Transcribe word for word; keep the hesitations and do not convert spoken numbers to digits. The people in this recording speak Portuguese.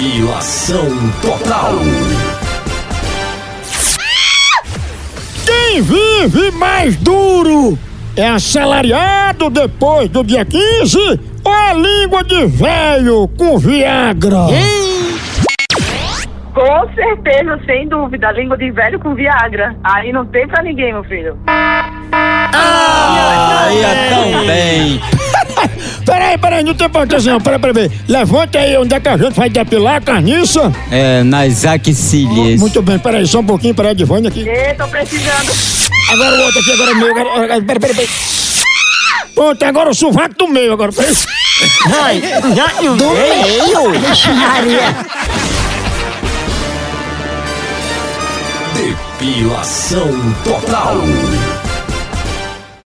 Depilação total. Quem vive mais duro é assalariado depois do dia quinze ou é língua de velho com Viagra? Com certeza, sem dúvida, a língua de velho com Viagra. Aí não tem pra ninguém, meu filho. Ah, ia tão bem. Peraí, peraí, não tem proteção, peraí, peraí. Levanta aí onde é que a gente vai depilar a carniça. É, nas axílias. Muito bem, peraí, só um pouquinho, peraí, Divane aqui. Ê, tô precisando. Agora o outro aqui, agora é meu, agora, agora, peraí, peraí, peraí. Pronto, agora o sovaco do meio, agora, peraí. Ai, já do meio? Maria. Depilação total.